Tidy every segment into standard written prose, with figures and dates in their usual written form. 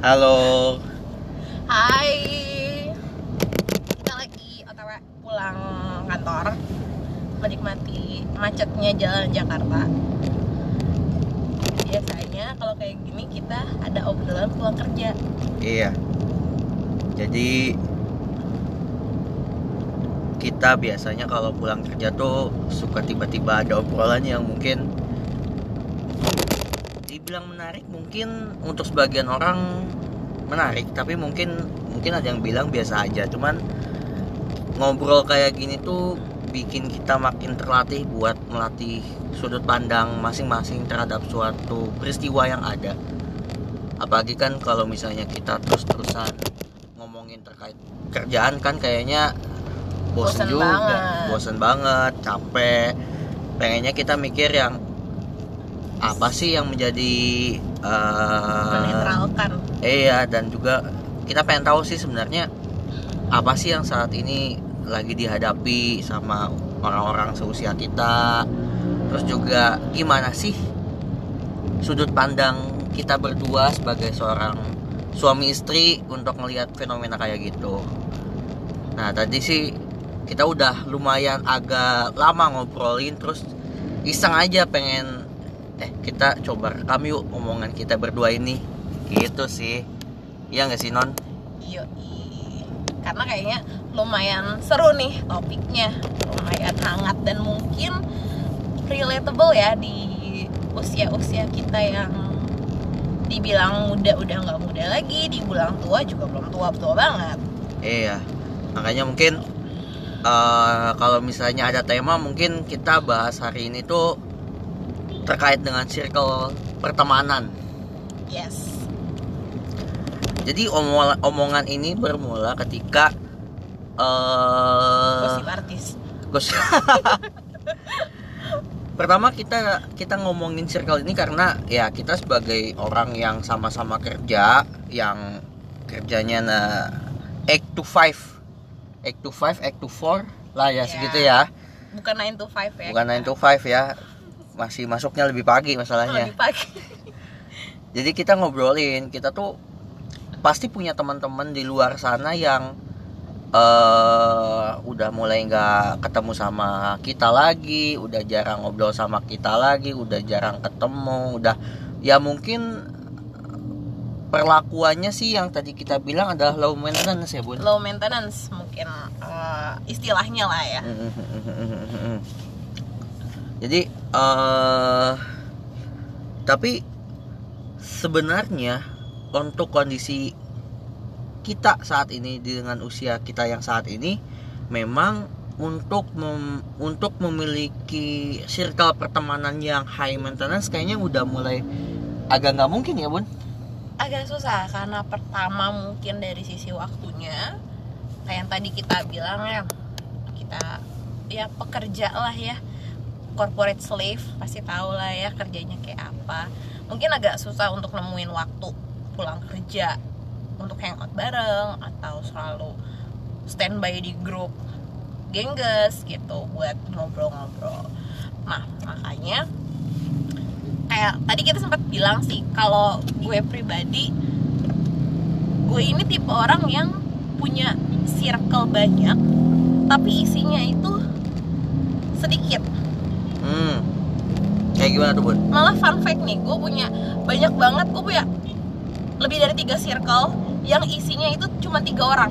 Halo. Hai, kita lagi OTW pulang kantor, menikmati macetnya jalan Jakarta. Biasanya kalau kayak gini kita ada obrolan pulang kerja. Iya. Jadi kita biasanya kalau pulang kerja tuh suka tiba-tiba ada obrolan yang mungkin dibilang menarik, mungkin untuk sebagian orang menarik, tapi mungkin ada yang bilang biasa aja. Cuman ngobrol kayak gini tuh bikin kita makin terlatih buat melatih sudut pandang masing-masing terhadap suatu peristiwa yang ada. Apalagi kan kalau misalnya kita terus-terusan ngomongin terkait kerjaan kan kayaknya bosen juga, bosen banget, capek. Pengennya kita mikir yang apa sih yang menjadi menetralkan. Iya, dan juga kita pengen tahu sih sebenarnya apa sih yang saat ini lagi dihadapi sama orang-orang seusia kita. Terus juga gimana sih sudut pandang kita berdua sebagai seorang suami istri untuk melihat fenomena kayak gitu. Nah, tadi sih kita udah lumayan agak lama ngobrolin, terus iseng aja pengen kita coba rekam yuk omongan kita berdua ini. Gitu sih. Iya gak sih, Non? Iya, karena kayaknya lumayan seru nih topiknya, lumayan hangat dan mungkin relatable ya di usia-usia kita yang dibilang muda udah nggak muda lagi, dibilang tua juga belum tua banget. Iya, makanya mungkin kalau misalnya ada tema, mungkin kita bahas hari ini tuh terkait dengan circle pertemanan. Yes. Jadi omongan ini bermula ketika gosip artis. Pertama kita ngomongin circle ini karena ya kita sebagai orang yang sama-sama kerja, yang kerjanya 8 to 5, 8 to 4 lah ya, segitu ya. Bukan 9 to 5 ya. Bukan 9 to 5 ya. Masih masuknya lebih pagi masalahnya. Lebih pagi. Jadi kita ngobrolin, kita tuh pasti punya teman-teman di luar sana yang udah mulai nggak ketemu sama kita lagi, udah jarang ngobrol sama kita lagi, udah jarang ketemu, udah ya mungkin perlakuannya sih yang tadi kita bilang adalah low maintenance ya, Bun. Low maintenance mungkin istilahnya lah ya. Jadi tapi sebenarnya untuk kondisi kita saat ini dengan usia kita yang saat ini, memang untuk memiliki circle pertemanan yang high maintenance kayaknya udah mulai agak nggak mungkin ya, Bun? Agak susah karena pertama mungkin dari sisi waktunya, kayak yang tadi kita bilang ya, kita ya pekerja lah ya, corporate slave, pasti tahu lah ya kerjanya kayak apa. Mungkin agak susah untuk nemuin waktu pulang kerja untuk hangout bareng atau selalu standby di grup gengges gitu buat ngobrol-ngobrol. Nah, makanya kayak tadi kita sempat bilang sih, kalau gue pribadi, gue ini tipe orang yang punya circle banyak tapi isinya itu sedikit. Kayak gimana tuh, Bun? Malah fun fact nih, gue punya banyak banget, gue punya lebih dari 3 circle yang isinya itu cuma 3 orang.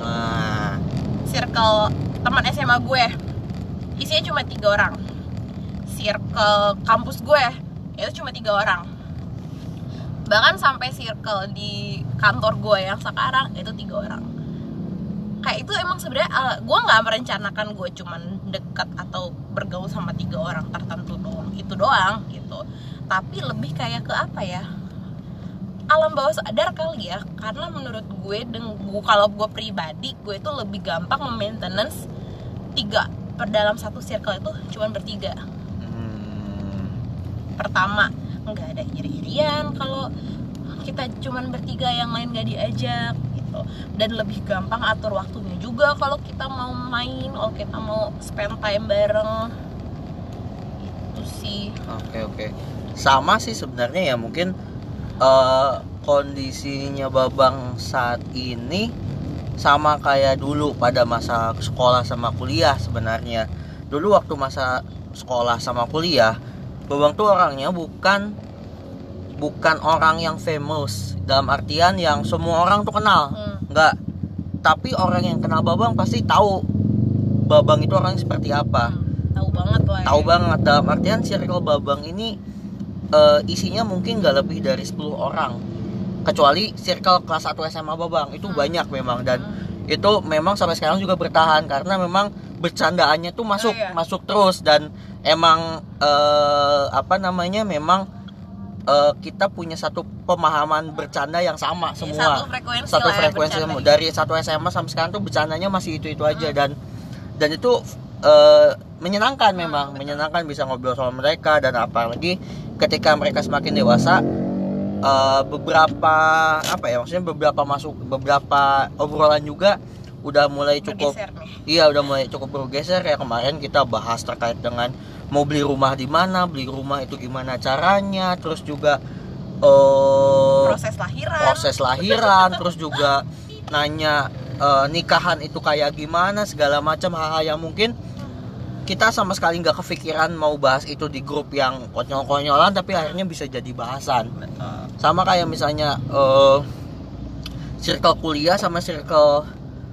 Circle teman SMA gue isinya cuma 3 orang. Circle kampus gue itu cuma 3 orang. Bahkan sampai circle di kantor gue yang sekarang itu 3 orang. Kayak itu emang sebenarnya gue nggak merencanakan gue cuman dekat atau bergaul sama 3 orang tertentu doang, itu doang gitu. Tapi lebih kayak ke apa ya, alam bawah sadar kali ya. Karena menurut gue, kalau gue pribadi, gue itu lebih gampang maintenance 3 dalam satu circle itu cuman bertiga. Pertama, nggak ada iri-irian kalau kita cuman bertiga, yang lain nggak diajak gitu. Dan lebih gampang atur waktunya juga kalau kita mau main, kalau kita mau spend time bareng. Itu sih. Oke. Sama sih sebenarnya ya, mungkin kondisinya Babang saat ini sama kayak dulu pada masa sekolah sama kuliah sebenarnya. Dulu waktu masa sekolah sama kuliah, Babang tuh orangnya bukan orang yang famous dalam artian yang semua orang tuh kenal. Enggak. Tapi orang yang kenal Babang pasti tahu Babang itu orang seperti apa. Tahu banget lah. Tahu banget, dalam artian circle Babang ini isinya mungkin gak lebih dari 10 orang. Kecuali circle kelas 1 SMA Babang itu banyak memang, dan itu memang sampai sekarang juga bertahan karena memang bercandaannya tuh masuk terus, dan emang memang kita punya satu pemahaman bercanda yang sama semua. Satu frekuensi semua. Dari satu SMA sampai sekarang tuh bercandanya masih itu aja, dan itu menyenangkan memang, menyenangkan bisa ngobrol sama mereka, dan apalagi ketika mereka semakin dewasa, beberapa obrolan juga udah mulai cukup bergeser. Kayak kemarin kita bahas terkait dengan mau beli rumah di mana, beli rumah itu gimana caranya, terus juga proses lahiran terus juga nanya nikahan itu kayak gimana, segala macam hal-hal yang mungkin kita sama sekali nggak kepikiran mau bahas itu di grup yang konyol-konyolan, tapi akhirnya bisa jadi bahasan. Sama kayak misalnya circle kuliah sama circle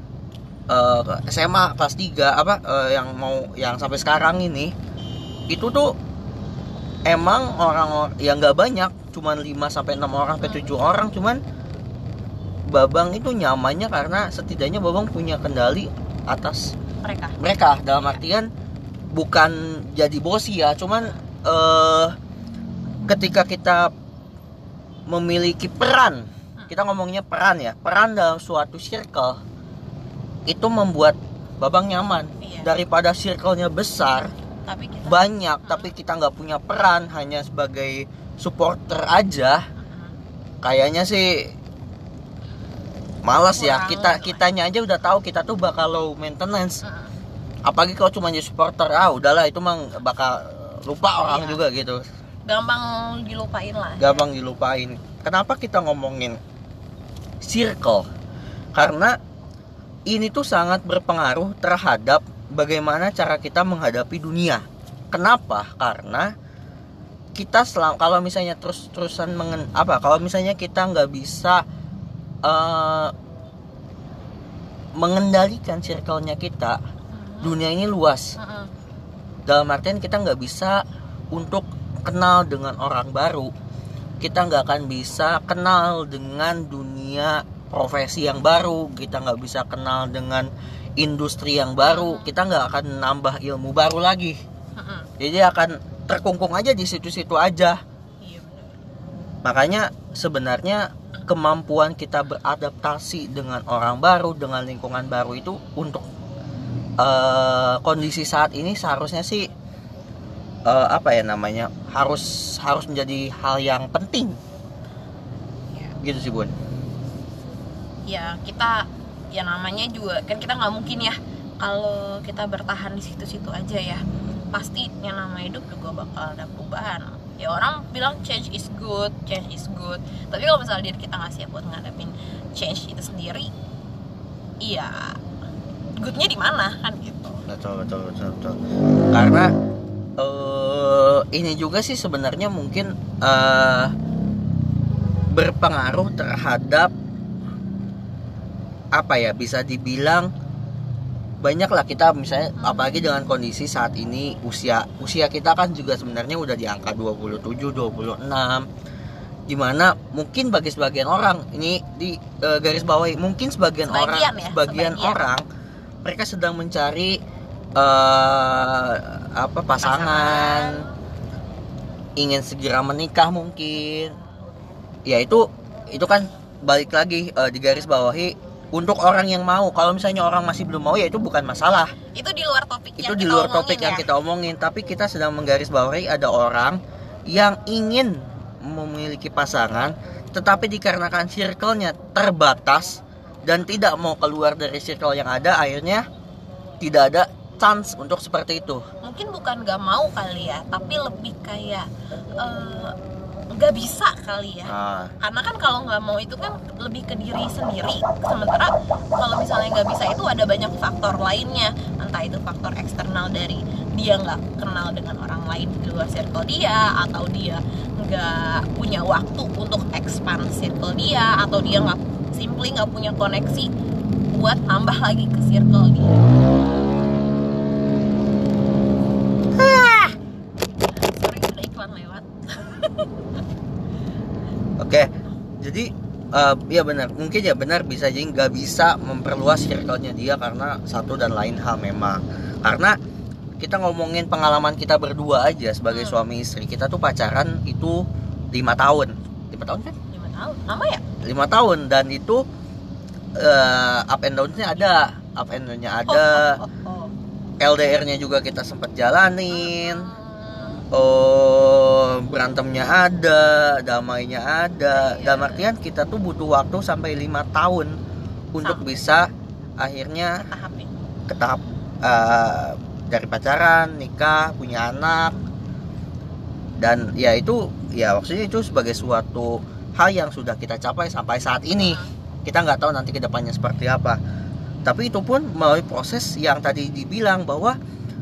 SMA kelas 3 yang sampai sekarang ini, itu tuh emang orang yang nggak banyak, cuman 5 sampai 6 orang sampai 7 orang, cuman Babang itu nyamannya karena setidaknya Babang punya kendali atas mereka dalam artian bukan jadi bosi ya, cuman ketika kita memiliki peran, kita ngomongnya peran dalam suatu circle, itu membuat Babang nyaman. Daripada circle-nya besar tapi kita nggak punya peran, hanya sebagai supporter aja, kayaknya sih malas ya. Kitanya aja udah tahu kita tuh bakal low maintenance. Apalagi kalau cuma jadi supporter, udahlah itu mah bakal lupa orang juga gitu. Gampang dilupain. Kenapa kita ngomongin circle? Karena ini tuh sangat berpengaruh terhadap bagaimana cara kita menghadapi dunia. Kenapa? Karena kita kalau misalnya terus-terusan kalau misalnya kita nggak bisa mengendalikan circle-nya kita, dunia ini luas. Dalam artian kita nggak bisa untuk kenal dengan orang baru, kita nggak akan bisa kenal dengan dunia profesi yang baru, kita nggak bisa kenal dengan industri yang baru, kita nggak akan nambah ilmu baru lagi. Jadi akan terkungkung aja di situ-situ aja. Makanya sebenarnya kemampuan kita beradaptasi dengan orang baru, dengan lingkungan baru itu untuk kondisi saat ini seharusnya sih harus menjadi hal yang penting. Gitu sih Bun. Ya kita namanya juga kan kita nggak mungkin ya kalau kita bertahan di situ-situ aja ya. Pasti yang namanya hidup juga bakal ada perubahan. Ya orang bilang change is good. Tapi kalau misalnya diri kita nggak siap buat ngadepin change itu sendiri, iya goodnya di mana kan gitu. Betul. Karena ini juga sih sebenarnya mungkin berpengaruh terhadap bisa dibilang banyak lah kita misalnya, apalagi dengan kondisi saat ini usia kita kan juga sebenarnya udah di angka 27, 26, dimana mungkin bagi sebagian orang ini di garis bawahi, mungkin sebagian orang mereka sedang mencari pasangan, ingin segera menikah mungkin. Ya itu kan balik lagi di garis bawahi untuk orang yang mau. Kalau misalnya orang masih belum mau, ya itu bukan masalah. Itu di luar topik yang kita omongin. Tapi kita sedang menggarisbawahi ada orang yang ingin memiliki pasangan, tetapi dikarenakan circle-nya terbatas dan tidak mau keluar dari circle yang ada, akhirnya tidak ada chance untuk seperti itu. Mungkin bukan gak mau kali ya, tapi lebih kayak nggak bisa kali ya. Karena kan kalau nggak mau itu kan lebih ke diri sendiri. Sementara kalau misalnya nggak bisa itu ada banyak faktor lainnya, entah itu faktor eksternal dari dia nggak kenal dengan orang lain di luar circle dia, atau dia nggak punya waktu untuk expand circle dia, atau dia simply nggak punya koneksi buat tambah lagi ke circle dia. Sorry, ada iklan lewat. Oke, jadi ya benar, mungkin ya benar bisa jadi nggak bisa memperluas circle-nya dia karena satu dan lain hal memang. Karena kita ngomongin pengalaman kita berdua aja sebagai suami istri, kita tuh pacaran itu 5 tahun. 5 tahun kan? 5 tahun, lama ya? 5 tahun, dan itu up and down-nya ada, up and down-nya ada. LDR-nya juga kita sempat jalanin. Berantemnya ada, damainya ada. Dalam artian kita tuh butuh waktu sampai 5 tahun untuk bisa akhirnya ke tahap dari pacaran, nikah, punya anak. Dan ya itu, ya maksudnya itu sebagai suatu hal yang sudah kita capai sampai saat ini. Kita nggak tahu nanti kedepannya seperti apa. Tapi itu pun melalui proses yang tadi dibilang bahwa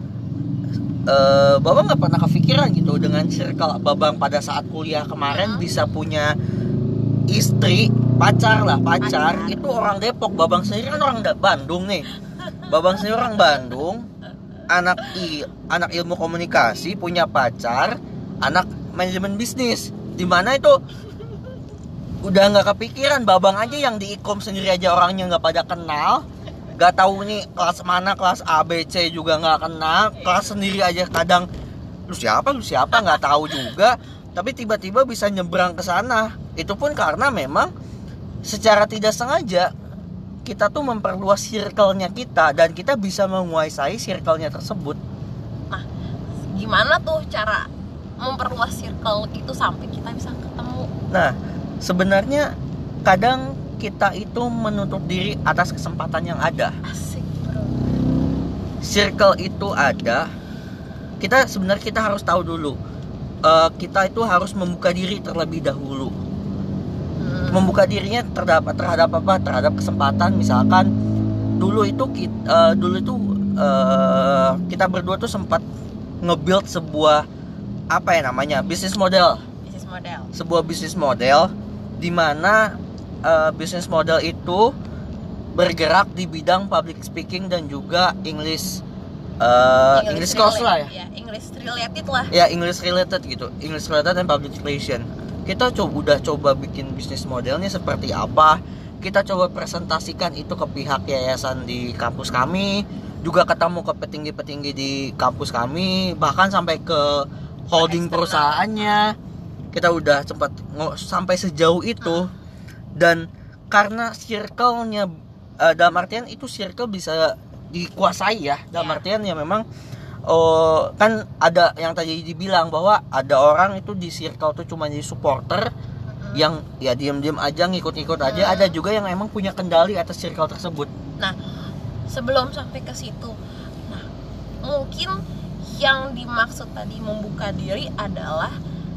Babang nggak pernah kepikiran gitu dengan circle Babang pada saat kuliah kemarin bisa punya istri, pacar. Itu orang Depok. Babang sendiri kan orang Bandung nih. Babang sendiri orang Bandung, anak ilmu komunikasi, punya pacar, anak manajemen bisnis. Dimana itu udah nggak kepikiran. Babang aja yang di ikom sendiri aja orangnya nggak pada kenal. Gak tahu nih kelas mana, kelas A, B, C juga gak kenal. Kelas sendiri aja kadang lu siapa gak tahu juga. Tapi tiba-tiba bisa nyebrang ke sana. Itu pun karena memang secara tidak sengaja kita tuh memperluas circle-nya kita, dan kita bisa menguasai circle-nya tersebut. Nah, gimana tuh cara memperluas circle itu sampai kita bisa ketemu? Nah, sebenarnya kadang kita itu menutup diri atas kesempatan yang ada. Asik, bro. Circle itu ada. Kita harus tahu dulu. Kita itu harus membuka diri terlebih dahulu. Membuka dirinya terhadap apa? Terhadap kesempatan. Misalkan dulu itu kita berdua tuh sempat nge-build sebuah bisnis model. Sebuah bisnis model di mana bisnis model itu bergerak di bidang public speaking dan juga English course lah ya. English related lah. Ya, English related gitu. English related dan public relation. Kita udah coba bikin bisnis modelnya seperti apa. Kita coba presentasikan itu ke pihak yayasan di kampus kami, juga ketemu ke petinggi-petinggi di kampus kami, bahkan sampai ke holding perusahaannya. Kita udah sempat sampai sejauh itu. Dan karena circle-nya dalam artian itu circle bisa dikuasai ya. Dalam artian ya memang kan ada yang tadi dibilang bahwa ada orang itu di circle tuh cuma jadi supporter yang ya diam-diam aja, ngikut-ngikut aja. Ada juga yang emang punya kendali atas circle tersebut. Nah, sebelum sampai ke situ, mungkin yang dimaksud tadi membuka diri adalah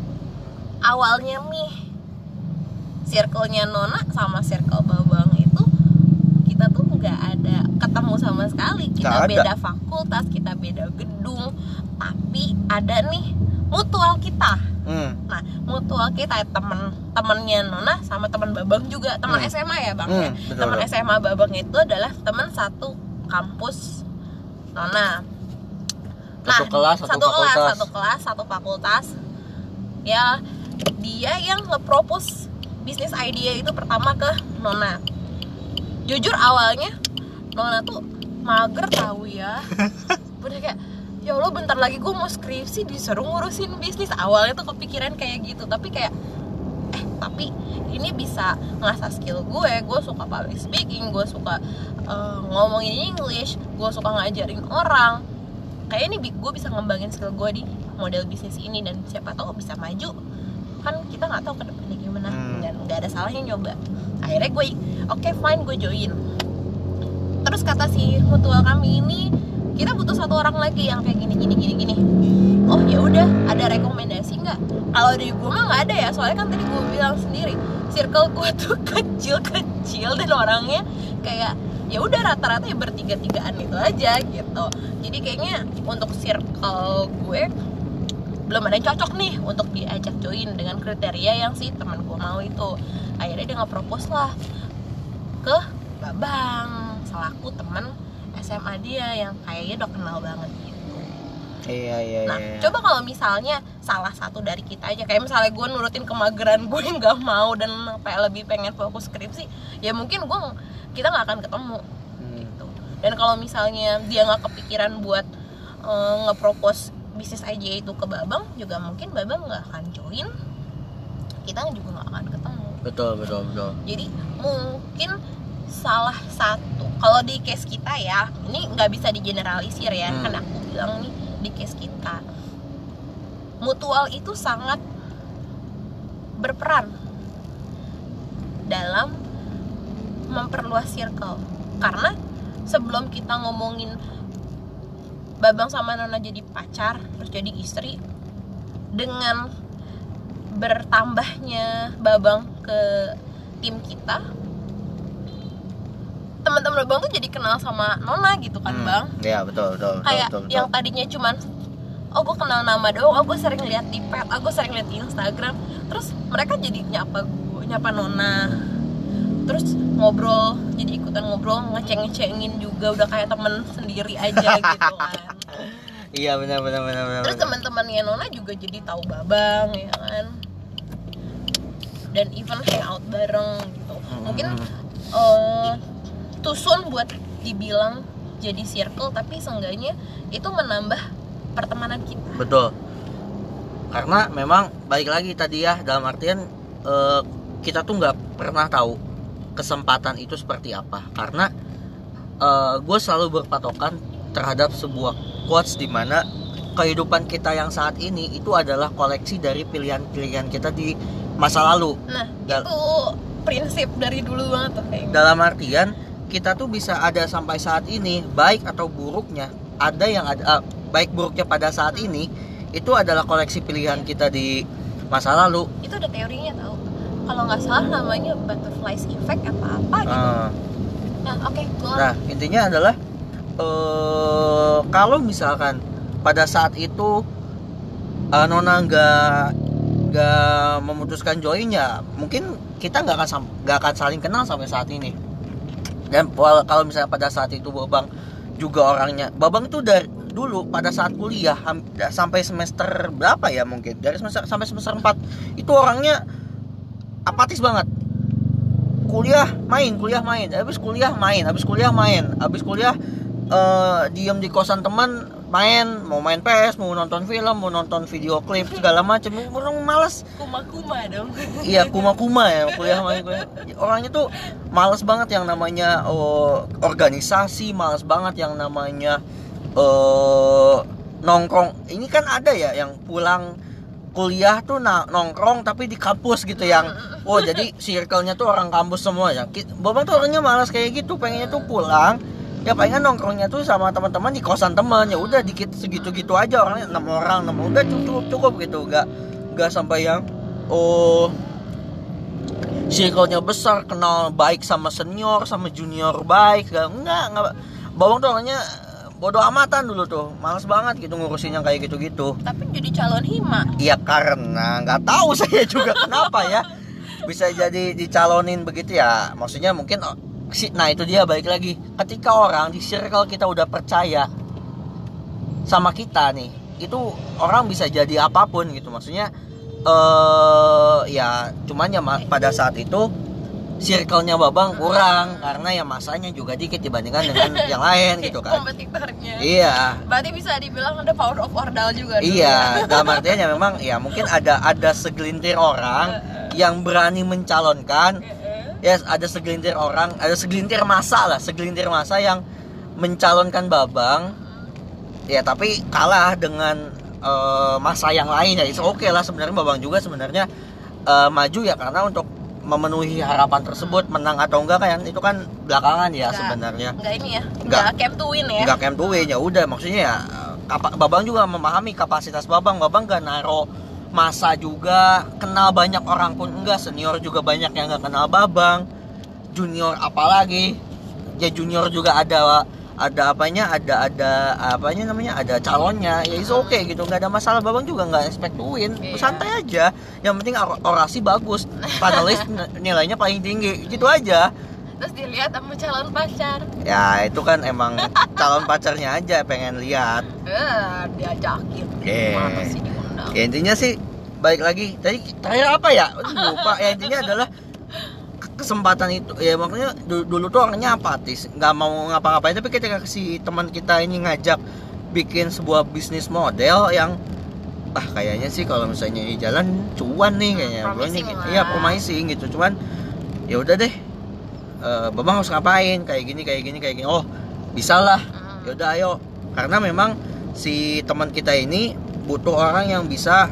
awalnya nih circle-nya Nona sama circle Babang itu kita tuh nggak ada ketemu sama sekali. Kita beda fakultas, kita beda gedung, tapi ada nih mutual kita. Nah, mutual kita temennya Nona sama teman Babang juga, teman SMA ya Bang ya. Teman SMA Babang itu adalah teman satu kampus Nona. Satu kelas, satu fakultas. Ya, dia yang nge-propose bisnis idea itu pertama ke Nona. Jujur awalnya Nona tuh mager tahu ya. Bener kayak, ya Allah bentar lagi gue mau skripsi disuruh ngurusin bisnis. Awalnya tuh kepikiran kayak gitu. Tapi kayak tapi ini bisa ngasah skill gue suka public speaking, gue suka ngomongin English, gue suka ngajarin orang. Kayaknya ini gue bisa ngembangin skill gue di model bisnis ini, dan siapa tahu bisa maju. Kan kita nggak tahu ke depannya gimana, dan nggak ada salahnya nyoba. Akhirnya gue fine, gue join. Terus kata si mutual kami ini, kita butuh satu orang lagi yang kayak gini. Oh ya udah, ada rekomendasi nggak? Kalau dari gue mah nggak ada ya, soalnya kan tadi gue bilang sendiri circle gue tuh kecil dan orangnya kayak ya udah rata-rata ya bertiga-tigaan itu aja gitu. Jadi kayaknya untuk circle gue belum ada yang cocok nih untuk diajak join dengan kriteria yang si teman gue mau itu. Akhirnya dia nge-propose lah ke Babang selaku teman SMA dia yang kayaknya udah kenal banget gitu. Iya. Nah, coba kalau misalnya salah satu dari kita aja, kayak misalnya gue nurutin kemageran gue yang nggak mau dan kayak lebih pengen fokus skripsi, ya mungkin kita nggak akan ketemu gitu. Dan kalau misalnya dia nggak kepikiran buat nge-propose bisnis aja itu ke Babang, juga mungkin Babang nggak akan join, kita juga nggak akan ketemu. Betul. Jadi mungkin salah satu, kalau di case kita ya, ini nggak bisa digeneralisir ya, kan aku bilang nih di case kita, mutual itu sangat berperan dalam memperluas circle. Karena sebelum kita ngomongin Babang sama Nona jadi pacar, terus jadi istri, dengan bertambahnya Babang ke tim kita, teman-teman Babang tuh jadi kenal sama Nona gitu kan, Bang? Iya, betul. Kayak betul. yang tadinya cuman gue kenal nama doang, gue sering lihat di pet, gue sering lihat di Instagram, terus mereka jadi nyapa Nona, terus ngobrol, jadi ikutan ngobrol, ngecengin juga, udah kayak temen sendiri aja gitu kan. Iya, benar. Terus teman-temannya Nona juga jadi tahu Babang ya kan, dan even hangout bareng gitu. Mungkin too soon buat dibilang jadi circle, tapi seenggaknya itu menambah pertemanan kita. Betul. Karena memang balik lagi tadi ya, dalam artian kita tuh nggak pernah tahu kesempatan itu seperti apa. Karena gue selalu berpatokan terhadap sebuah quotes di mana kehidupan kita yang saat ini itu adalah koleksi dari pilihan-pilihan kita di masa lalu. Nah, itu prinsip dari dulu banget tuh kayaknya. Dalam artian kita tuh bisa ada sampai saat ini, baik atau buruknya, ada yang ada baik buruknya pada saat ini itu adalah koleksi pilihan kita di masa lalu. Itu ada teorinya tau, kalau nggak salah namanya butterflies effect apa gitu. Nah, oke. Nah, intinya adalah kalau misalkan pada saat itu Nona nggak memutuskan join, ya mungkin kita nggak akan saling kenal sampai saat ini. Dan kalau misalnya pada saat itu Babang juga orangnya, Babang itu dari dulu pada saat kuliah sampai semester berapa ya, mungkin dari semester sampai semester 4 itu orangnya apatis banget. Kuliah main, habis kuliah diem di kosan teman, mau main PS, mau nonton film, mau nonton video klip segala macam, orang malas. Kuma dong. Iya, kuma ya, kuliah. Orangnya tuh malas banget yang namanya organisasi, malas banget yang namanya nongkrong. Ini kan ada ya yang pulang kuliah tuh nongkrong tapi di kampus gitu, yang jadi circle-nya tuh orang kampus semua ya. Babang tuh orangnya malas kayak gitu, pengennya tuh pulang ya pengen nongkrongnya tuh sama teman-teman di kosan teman, ya udah dikit segitu orangnya 6 orang udah cukup gitu, nggak sampai yang circle-nya besar, kenal baik sama senior sama junior baik, enggak. Babang tuh orangnya bodoh amatan dulu tuh, malas banget gitu ngurusin yang kayak gitu. Tapi jadi calon hima. Iya, karena nggak tahu saya juga kenapa ya bisa jadi dicalonin begitu ya, maksudnya mungkin. Nah itu dia, balik lagi, ketika orang di circle kita udah percaya sama kita nih, itu orang bisa jadi apapun gitu, maksudnya ya cuman ya pada saat itu circle-nya Babang kurang karena ya masanya juga dikit dibandingkan dengan yang lain gitu kan. Kompetitornya. Iya. Berarti bisa dibilang ada power of ordal juga. Iya, dalam artian ya memang ya mungkin ada segelintir orang yang berani mencalonkan. Ya, ada segelintir orang, ada segelintir masa yang mencalonkan Babang. Ya, tapi kalah dengan masa yang lain ya. It's okay lah sebenarnya, Babang juga sebenarnya maju ya karena untuk memenuhi harapan tersebut. Menang atau enggak kan itu kan belakangan ya sebenarnya. Enggak ini ya. Enggak camp to win ya. Enggak camp to win ya udah, maksudnya ya Babang juga memahami kapasitas Babang gak naro masa juga, kenal banyak orang pun enggak, senior juga banyak yang enggak kenal Babang, junior apalagi ya, junior juga ada calonnya ya, itu oke gitu, nggak ada masalah. Babang juga nggak expect to win, santai aja, yang penting orasi bagus, panelis nilainya paling tinggi gitu aja. Terus dilihat sama calon pacar ya, itu kan emang calon pacarnya aja pengen lihat, diajakin mana sih diundang. Ya intinya sih balik lagi tadi terakhir apa ya, lupa ya, intinya adalah kesempatan itu ya, makanya dulu tuh orangnya apatis, nggak mau ngapa-ngapain, tapi ketika si teman kita ini ngajak bikin sebuah bisnis model yang kayaknya sih kalau misalnya di jalan cuan nih kayaknya, iya promising gitu, cuman ya udah deh, Babang harus ngapain kayak gini, oh bisa lah, ya udah ayo, karena memang si teman kita ini butuh orang yang bisa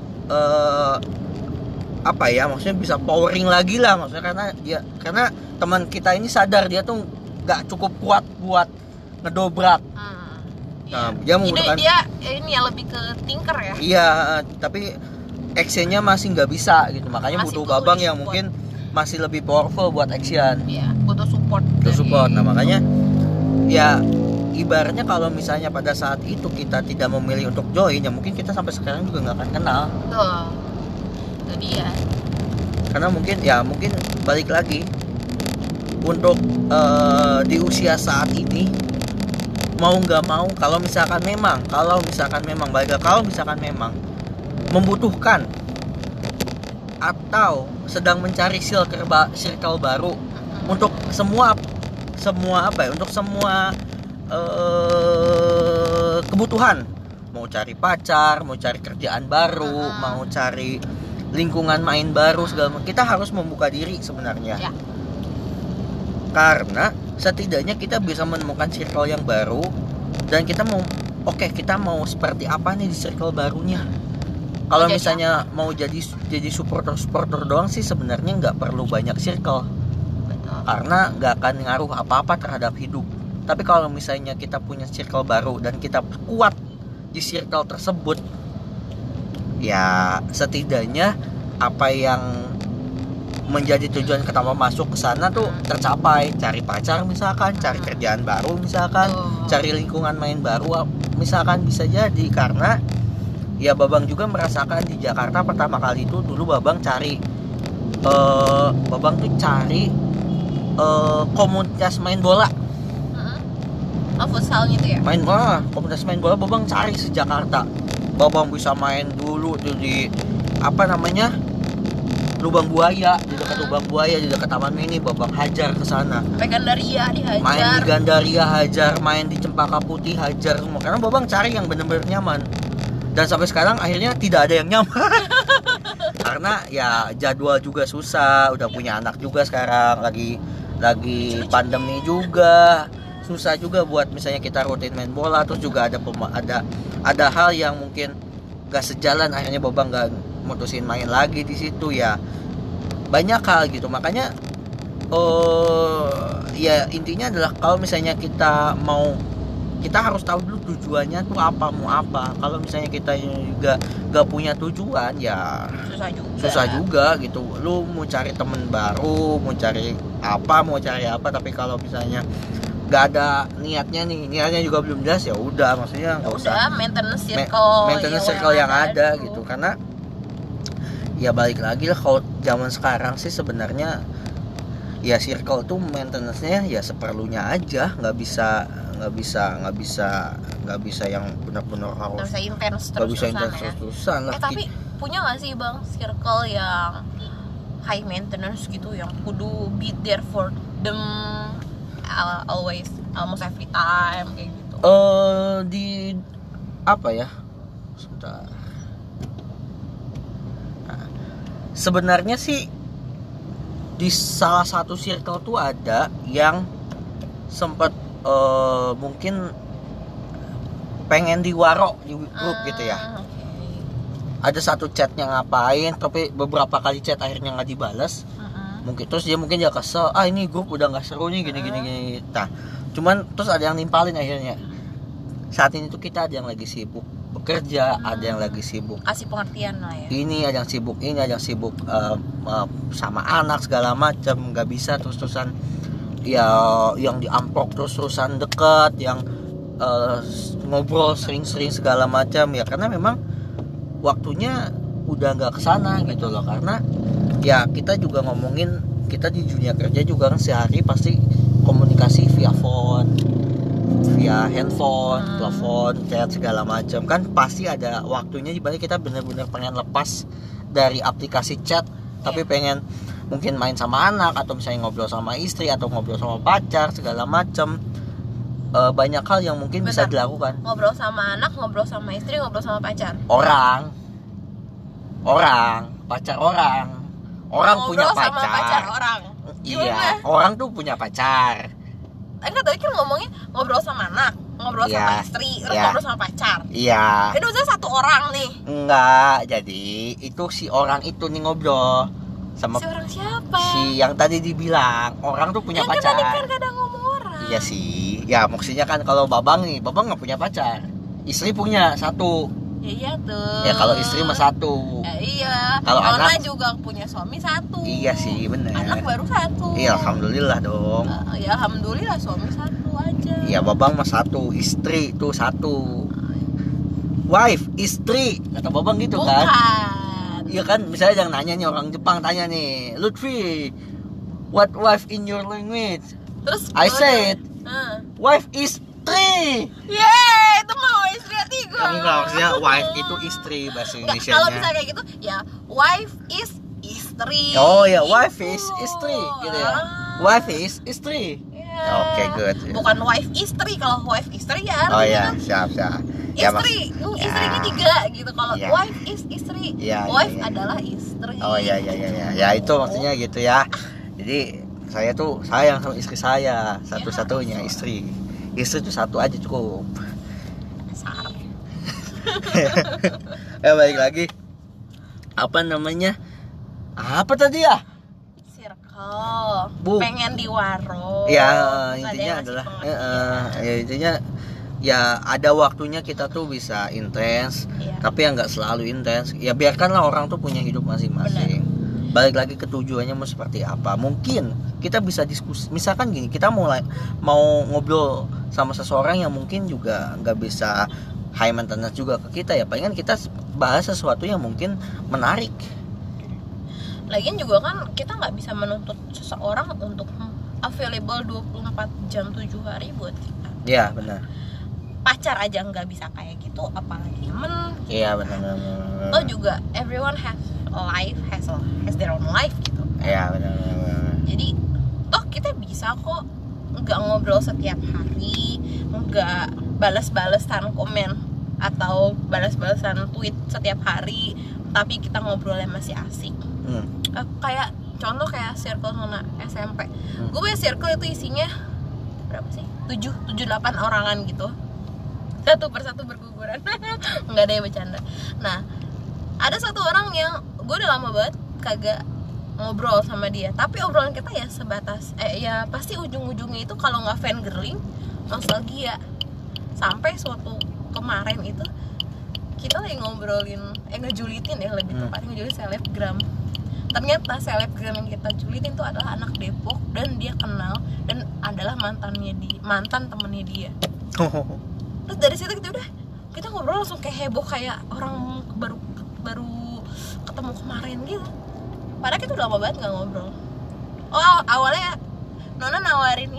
maksudnya bisa powering lagi lah, maksudnya karena teman kita ini sadar dia tuh nggak cukup kuat buat ngedobrak. Nah, dia membutuhkan, dia ini ya lebih ke tinker ya. Iya, tapi actionnya masih nggak bisa gitu, makanya masih butuh Babang yang mungkin masih lebih powerful buat action. Iya, butuh support. Nah makanya ya ibaratnya kalau misalnya pada saat itu kita tidak memilih untuk join, ya mungkin kita sampai sekarang juga nggak akan kenal. Itu dia. Karena mungkin balik lagi untuk di usia saat ini, mau nggak mau, kalau misalkan memang membutuhkan atau sedang mencari circle baru untuk semua untuk semua kebutuhan, mau cari pacar, mau cari kerjaan baru, mau cari lingkungan main baru, segala macam, kita harus membuka diri sebenarnya ya. Karena setidaknya kita bisa menemukan circle yang baru, dan kita mau seperti apa nih di circle barunya. Kalau misalnya mau jadi supporter doang sih sebenarnya nggak perlu banyak circle. Betul. Karena nggak akan ngaruh apa-apa terhadap hidup. Tapi kalau misalnya kita punya circle baru dan kita kuat di circle tersebut, ya setidaknya apa yang menjadi tujuan pertama masuk ke sana tuh tercapai. Cari pacar misalkan, cari kerjaan baru misalkan, cari lingkungan main baru misalkan, bisa jadi. Karena ya Babang juga merasakan di Jakarta pertama kali itu, dulu Babang cari komunitas main bola. Futsal gitu ya? Komunitas main bola Babang cari se Jakarta. Babang bisa main dulu tuh di Lubang Buaya, di dekat Lubang Buaya, di dekat Taman Mini. Babang hajar ke sana. Gandaria dihajar. Main di Gandaria hajar, main di Cempaka Putih hajar semua. Karena Babang cari yang benar-benar nyaman. Dan sampai sekarang akhirnya tidak ada yang nyaman. Karena ya jadwal juga susah, udah punya anak juga sekarang, lagi pandemi juga. Susah juga buat misalnya kita rutin main bola, terus juga ada hal yang mungkin gak sejalan, akhirnya Babang gak mutusin main lagi di situ ya, banyak hal gitu. Makanya ya intinya adalah kalau misalnya kita harus tahu dulu tujuannya tuh apa, mau apa. Kalau misalnya kita juga gak punya tujuan ya susah juga gitu. Lu mau cari temen baru, mau cari apa, tapi kalau misalnya gak ada niatnya juga belum jelas, ya udah, maksudnya nggak usah maintenance circle yang ada gitu. Karena ya balik lagi lah, kalau zaman sekarang sih sebenarnya ya circle tuh maintenance-nya ya seperlunya aja, nggak bisa yang benar-benar harus intens terus-terusan lah. Tapi punya nggak sih Bang circle yang high maintenance gitu, yang kudu be there for them always, almost every time kayak gitu? Di apa ya? Sebentar. Nah, sebenarnya sih di salah satu circle tuh ada yang sempat mungkin pengen diwaro di grup gitu ya. Okay. Ada satu chatnya ngapain, tapi beberapa kali chat akhirnya nggak dibalas. terus dia mungkin dia kesel, ini grup udah nggak seru nih gini. Nah cuman terus ada yang nimpalin akhirnya, saat ini tuh kita ada yang lagi sibuk bekerja, ada yang lagi sibuk kasih pengertian lah ya. Ini ada yang sibuk sama anak segala macam, nggak bisa terus-terusan ya yang diamplop terus-terusan dekat, yang ngobrol sering-sering segala macam ya, karena memang waktunya udah nggak kesana gitu loh. Karena ya kita juga ngomongin, kita di dunia kerja juga kan sehari pasti komunikasi via phone, via handphone, telepon, chat segala macam kan, pasti ada waktunya di mana kita benar-benar pengen lepas dari aplikasi chat, tapi pengen mungkin main sama anak atau misalnya ngobrol sama istri atau ngobrol sama pacar segala macam. Banyak hal yang mungkin bisa dilakukan. Ngobrol sama anak, ngobrol sama istri, ngobrol sama pacar. Pacar orang punya pacar. Sama pacar orang. Iya, orang tuh punya pacar. Enggak, tadi kan ngomongnya ngobrol sama anak, ngobrol sama istri, terus ngobrol sama pacar. Iya. Itu udah satu orang nih. Enggak, jadi itu si orang itu nih ngobrol sama si orang siapa? Si yang tadi dibilang orang tuh punya pacar. Kan kadang ngomong orang. Iya sih. Ya maksudnya kan kalau Babang nggak punya pacar. Istri punya satu. Ya iya tuh. Ya kalau istri mah satu. Ya, iya. Kalau anak juga punya suami satu. Iya sih benar. Anak baru satu. Iya alhamdulillah dong. Ya alhamdulillah suami satu aja. Iya Babang mah satu, istri tuh satu. Wife, istri kata Babang gitu. Bukan. Kan? Iya kan, misalnya yang nanya nih orang Jepang tanya nih, Lutfi, what wife in your language? Terus I said, wife is istri. Yeay, itu mau istri hati gue. Enggak, maksudnya wife itu istri bahasa Indonesia. Kalau misalnya kayak gitu, ya wife is istri. Oh ya, wife is istri gitu ya. Wife is istri. Oke, good. Bukan wife istri, kalau wife istri ya. Oh ya, siap. Istri, istrinya 3 gitu. Kalau wife is istri, wife adalah istri. Oh ya. Ya itu maksudnya gitu ya. Jadi saya tuh sayang sama istri saya, satu-satunya istri. Istri tuh satu aja cukup. Besar. Balik lagi. Apa namanya? Apa tadi ya? Circle. Pengen di warung. Ya intinya adalah intinya ya ada waktunya kita tuh bisa intens, tapi yang nggak selalu intens. Ya biarkanlah orang tuh punya hidup masing-masing. Bener. Balik lagi ke tujuannya mau seperti apa. Mungkin kita bisa diskusi, misalkan gini, kita mau ngobrol sama seseorang yang mungkin juga nggak bisa high maintenance juga ke kita, ya palingan kita bahas sesuatu yang mungkin menarik. Lagian juga kan kita nggak bisa menuntut seseorang untuk available 24 jam 7 hari buat kita. Iya benar. Pacar aja nggak bisa kayak gitu, apalagi temen. Iya benar. Lo juga everyone has a life, has their own life gitu. Iya benar. Jadi toh kita bisa kok nggak ngobrol setiap hari, nggak balas-balasan komen atau balas-balasan tweet setiap hari, tapi kita ngobrolnya masih asik. Kayak contoh kayak circle Nona SMP. Gue punya circle itu isinya berapa sih? 7-8 orangan gitu. Satu persatu berguguran. Nggak ada yang bercanda. Nah, ada satu orang yang gue udah lama banget kagak ngobrol sama dia, tapi obrolan kita ya sebatas ya pasti ujung-ujungnya itu kalau nggak fangirling, nostalgia. Sampai suatu kemarin itu kita lagi ngobrolin ngejulitin ya, lebih tepatnya ngejulitin selebgram. Ternyata selebgram yang kita julitin itu adalah anak Depok dan dia kenal dan adalah mantan temennya dia. Terus dari situ kita ngobrol langsung kayak heboh, kayak orang baru ketemu kemarin gitu. Padahal kita udah lama banget nggak ngobrol. Oh awalnya Nona nawarin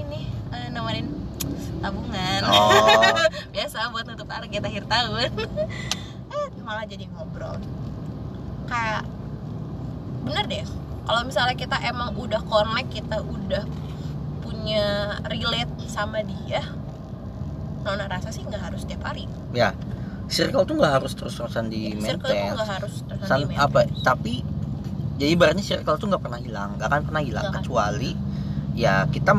tabungan. Biasa buat nutup target akhir tahun. Malah jadi ngobrol. Kayak bener deh, kalau misalnya kita emang udah connect, kita udah punya relate sama dia, Nona rasa sih nggak harus tiap hari. Ya, circle tuh nggak harus terus-terusan di maintain. Circle tuh nggak harus terus-terusan di maintain. Tapi jadi ibaratnya circle tuh nggak pernah hilang, nggak akan pernah hilang kecuali ya kita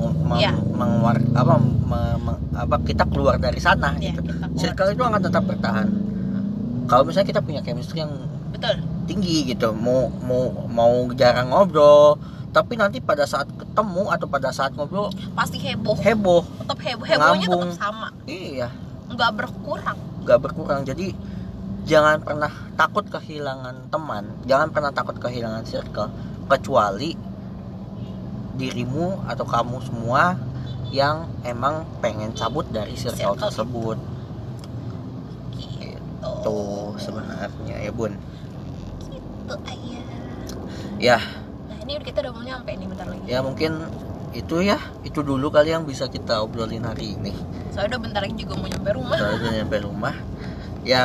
kita keluar dari sana gitu. Circle itu akan tetap bertahan. Kalau misalnya kita punya chemistry yang tinggi gitu, mau jarang ngobrol, tapi nanti pada saat ketemu atau pada saat ngobrol pasti heboh, tetap hebohnya ngambung. tetap sama, Iya, nggak berkurang. Jadi jangan pernah takut kehilangan teman, jangan pernah takut kehilangan circle, kecuali dirimu atau kamu semua yang emang pengen cabut dari circle tersebut. Gitu sebenarnya ya bun. Gitu ayah. Ya. Nah ini kita udah mau nyampe nih bentar lagi. Ya mungkin itu dulu kali yang bisa kita obrolin hari ini. Soalnya udah bentar lagi juga mau nyampe rumah. Ya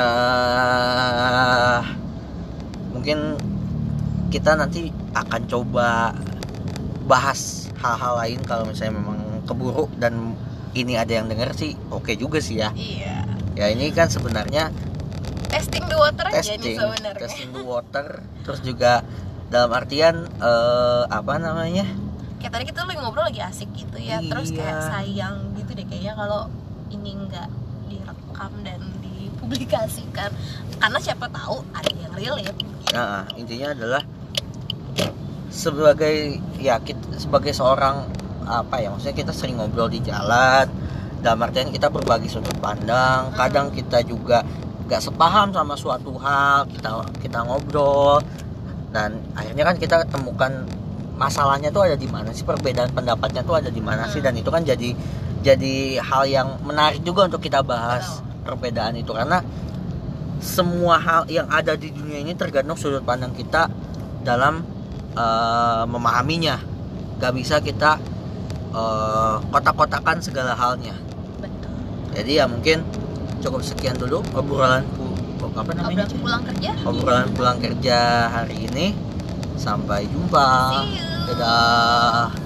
mungkin kita nanti akan coba bahas hal-hal lain kalau misalnya memang keburu dan ini ada yang denger sih oke juga sih ya. Iya. Ya ini kan sebenarnya testing the water aja nih sebenarnya. Testing the water, terus juga dalam artian apa namanya? Kayak tadi kita lagi ngobrol lagi asik gitu ya, terus kayak sayang gitu deh kayaknya kalau ini nggak direkam dan dipublikasikan, karena siapa tahu ada yang relate. Gitu. Nah intinya adalah sebagai seorang apa ya, maksudnya kita sering ngobrol di jalan, dalam artian kita berbagi sudut pandang, kadang kita juga gak sepaham sama suatu hal, kita ngobrol dan akhirnya kan kita temukan masalahnya tuh ada di mana sih, perbedaan pendapatnya tuh ada di mana sih, dan itu kan jadi hal yang menarik juga untuk kita bahas perbedaan itu, karena semua hal yang ada di dunia ini tergantung sudut pandang kita dalam memahaminya. Gak bisa kita kotak-kotakan segala halnya. Betul. Jadi ya mungkin cukup sekian dulu obrolan pulang kerja hari ini. Sampai jumpa. See you. Dadah.